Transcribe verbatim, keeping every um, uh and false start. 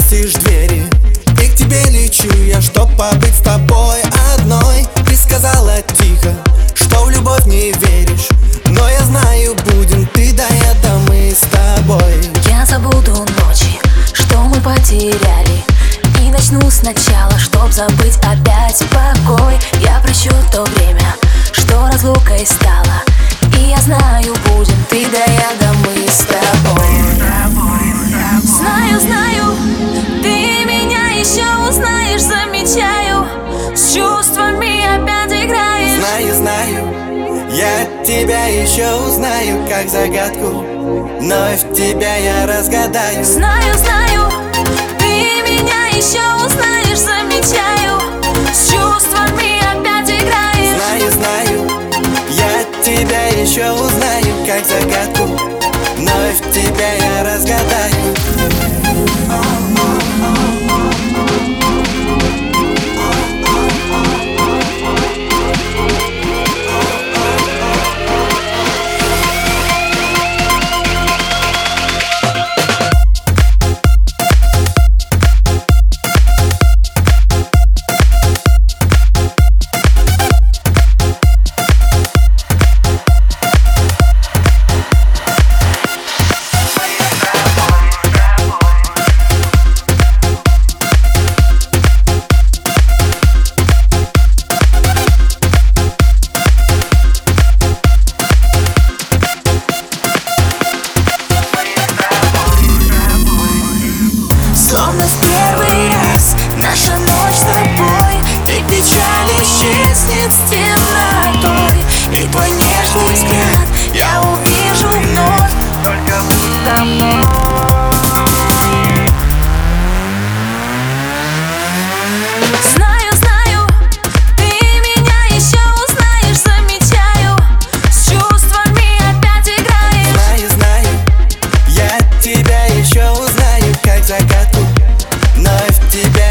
настежь двери, и к тебе лечу я, чтоб побыть с тобой одной. Ты сказала тихо, что в любовь не веришь, но я знаю, будем ты да я, да мы с тобой. Я забуду ночи, что мы потеряли, и начну сначала, чтоб забыть опять покой. Я прощу то время, что разлукой стало, и я знаю, будем ты да я, да мы с тобой. Знаю, знаю, ты меня еще узнаешь, замечаю, с чувствами опять играешь. Знаю, знаю, я тебя еще узнаю, как загадку, вновь тебя я разгадаю. Знаю, знаю, ты меня еще узнаешь, замечаю, с чувствами опять играешь. Знаю, знаю, я тебя еще узнаю, как загадку, вновь тебя я разгадаю. Словно в первый раз наша ночь с тобой, и печаль исчезнет с темнотой, и твой нежный взгляд я увижу вновь, только будь со мной. Знаю, знаю, ты меня еще узнаешь, замечаю, с чувствами опять играешь. Знаю, знаю, я тебя еще узнаю, как загадку, вновь тебя